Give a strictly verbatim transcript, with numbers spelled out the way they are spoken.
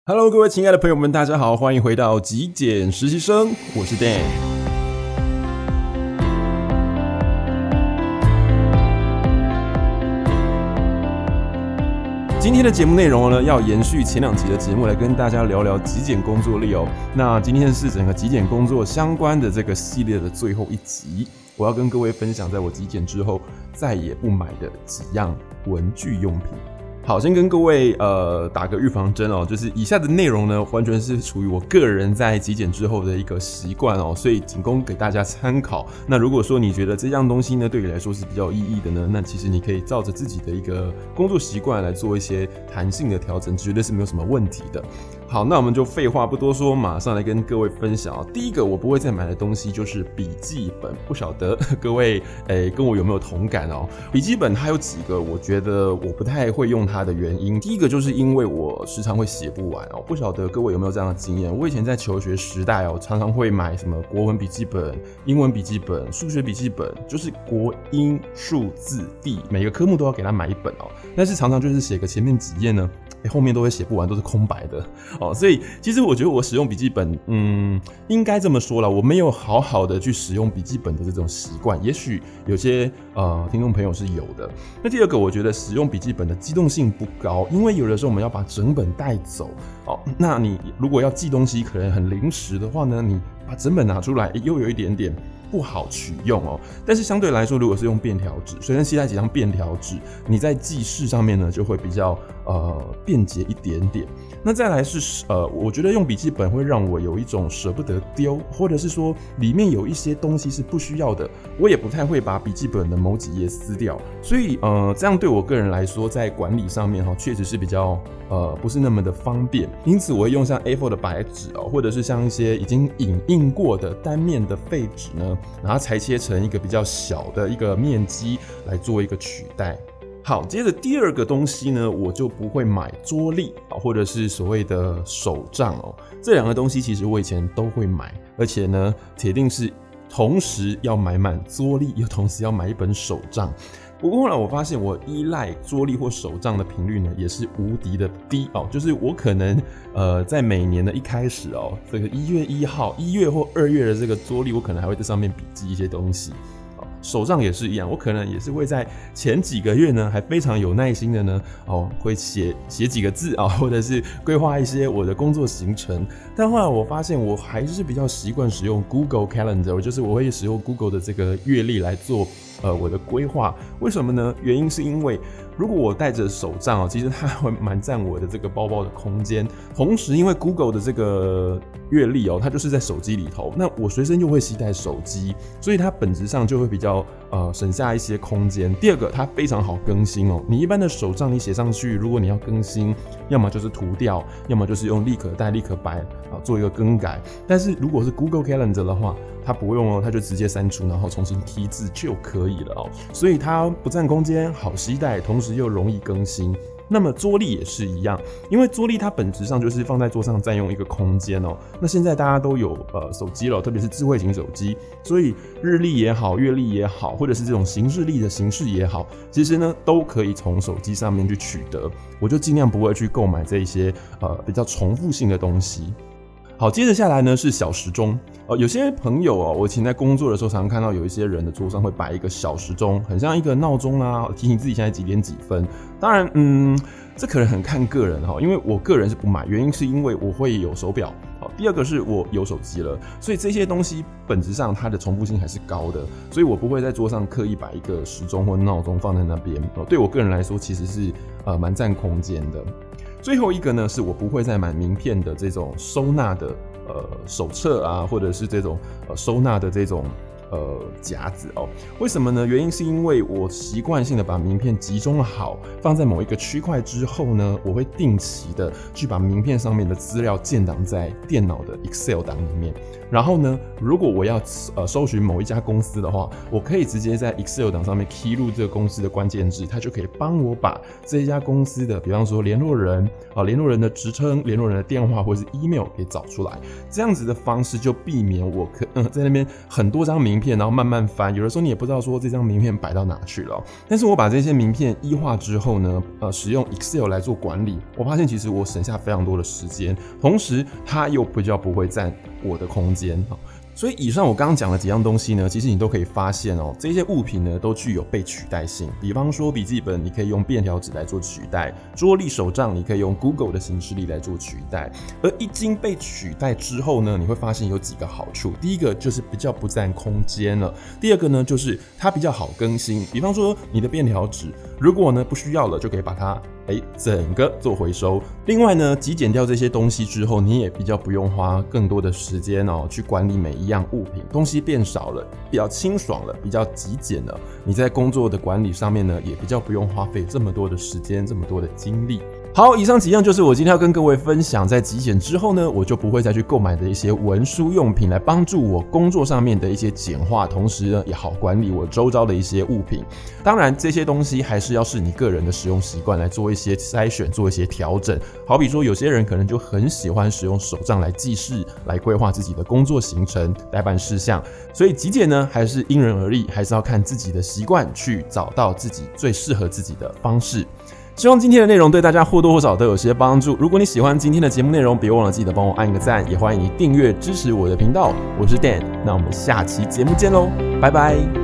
Hello， 各位亲爱的朋友们，大家好，欢迎回到极简实习生，我是 Dan。今天的节目内容呢，要延续前两集的节目，来跟大家聊聊极简工作力哦。那今天是整个极简工作相关的这个系列的最后一集，我要跟各位分享，在我极简之后再也不买的几样文具用品。好，先跟各位呃打个预防针哦，就是以下的内容呢，完全是属于我个人在极简之后的一个习惯哦，所以仅供给大家参考。那如果说你觉得这样东西呢对你来说是比较有意义的呢，那其实你可以照着自己的一个工作习惯来做一些弹性的调整，绝对是没有什么问题的。好，那我们就废话不多说，马上来跟各位分享哦。第一个我不会再买的东西就是笔记本，不晓得各位诶跟我有没有同感哦？笔记本它有几个我觉得我不太会用它的原因，第一个就是因为我时常会写不完哦，不晓得各位有没有这样的经验？我以前在求学时代哦，常常会买什么国文笔记本、英文笔记本、数学笔记本，就是国英数字地每个科目都要给他买一本哦，但是常常就是写个前面几页呢。欸、后面都会写不完，都是空白的哦，所以其实我觉得我使用笔记本，嗯，应该这么说啦，我没有好好的去使用笔记本的这种习惯，也许有些呃听众朋友是有的。那第二个，我觉得使用笔记本的机动性不高，因为有的时候我们要把整本带走哦，那你如果要记东西，可能很临时的话呢，你把整本拿出来，欸、又有一点点不好取用哦，但是相对来说，如果是用便条纸，随身携带几张便条纸，你在记事上面呢就会比较呃便捷一点点。那再来是呃，我觉得用笔记本会让我有一种舍不得丢，或者是说里面有一些东西是不需要的，我也不太会把笔记本的某几页撕掉，所以呃，这样对我个人来说，在管理上面哈，确实是比较呃不是那么的方便。因此，我会用像 A 四 的白纸哦，或者是像一些已经影印过的单面的废纸呢。然后裁切成一个比较小的一个面积来做一个取代。好，接着第二个东西呢，我就不会买桌历或者是所谓的手账哦。这两个东西其实我以前都会买，而且呢，铁定是同时要买满桌历，又同时要买一本手账。不过后来我发现，我依赖桌历或手账的频率呢，也是无敌的低哦。就是我可能呃，在每年的一开始哦，这个一月一号、一月或二月的这个桌历，我可能还会在上面笔记一些东西。手账也是一样，我可能也是会在前几个月呢，还非常有耐心的呢，哦，会写写几个字啊，或者是规划一些我的工作行程。但后来我发现，我还是比较习惯使用 Google Calendar， 就是我会使用 Google 的这个月历来做呃我的规划。为什么呢？原因是因为如果我带着手账哦，其实它会蛮占我的这个包包的空间。同时，因为 Google 的这个月历哦，它就是在手机里头，那我随身又会携带手机，所以它本质上就会比较呃省下一些空间。第二个，它非常好更新哦。你一般的手账你写上去，如果你要更新，要么就是涂掉，要么就是用立可带、立可白啊做一个更改。但是如果是 Google Calendar 的话，它不用哦，它就直接删除，然后重新踢字就可以了哦。所以它不占空间，好携带，同时又容易更新。那么桌历也是一样，因为桌历它本质上就是放在桌上占用一个空间哦。那现在大家都有呃手机了，特别是智慧型手机，所以日历也好，月历也好，或者是这种行事历的形式也好，其实呢都可以从手机上面去取得。我就尽量不会去购买这一些呃比较重复性的东西。好，接着下来呢是小时钟。呃，有些朋友哦，我以前在工作的时候，常常看到有一些人的桌上会摆一个小时钟，很像一个闹钟啊，提醒自己现在几点几分。当然，嗯，这可能很看个人哈，因为我个人是不买，原因是因为我会有手表。好，第二个是我有手机了，所以这些东西本质上它的重复性还是高的，所以我不会在桌上刻意摆一个时钟或闹钟放在那边。哦，对我个人来说，其实是呃蛮占空间的。最后一个呢，是我不会再买名片的这种收纳的呃手册啊，或者是这种呃收纳的这种呃夹子哦。为什么呢？原因是因为我习惯性的把名片集中好，放在某一个区块之后呢，我会定期的去把名片上面的资料建档在电脑的 Excel 档里面。然后呢，如果我要呃搜寻某一家公司的话，我可以直接在 Excel 档上面 key 入这个公司的关键字，它就可以帮我把这一家公司的，比方说联络人啊、联络人的职称、联络人的电话或是 email 给找出来。这样子的方式就避免我可、呃、在那边很多张名片，然后慢慢翻，有的时候你也不知道说这张名片摆到哪去了。但是我把这些名片一化之后呢，呃，使用 Excel 来做管理，我发现其实我省下非常多的时间，同时它又比较不会占我的空间。所以以上我刚刚讲的几样东西呢，其实你都可以发现哦，这些物品呢都具有被取代性。比方说笔记本，你可以用便条纸来做取代；桌历手账，你可以用 Google 的行事历来做取代。而一经被取代之后呢，你会发现有几个好处。第一个就是比较不占空间了；第二个呢，就是它比较好更新。比方说你的便条纸，如果呢不需要了，就可以把它哎，整个做回收。另外呢，极简掉这些东西之后，你也比较不用花更多的时间哦，去管理每一样物品，东西变少了，比较清爽了，比较极简了。你在工作的管理上面呢，也比较不用花费这么多的时间，这么多的精力。好，以上几样就是我今天要跟各位分享，在极简之后呢，我就不会再去购买的一些文书用品，来帮助我工作上面的一些简化，同时呢也好管理我周遭的一些物品。当然，这些东西还是要视你个人的使用习惯来做一些筛选，做一些调整。好比说，有些人可能就很喜欢使用手账来记事，来规划自己的工作行程、待办事项。所以极简呢，还是因人而异，还是要看自己的习惯，去找到自己最适合自己的方式。希望今天的内容对大家或多或少都有些帮助。如果你喜欢今天的节目内容，别忘了记得帮我按个赞，也欢迎你订阅支持我的频道。我是 Dan， 那我们下期节目见喽，拜拜。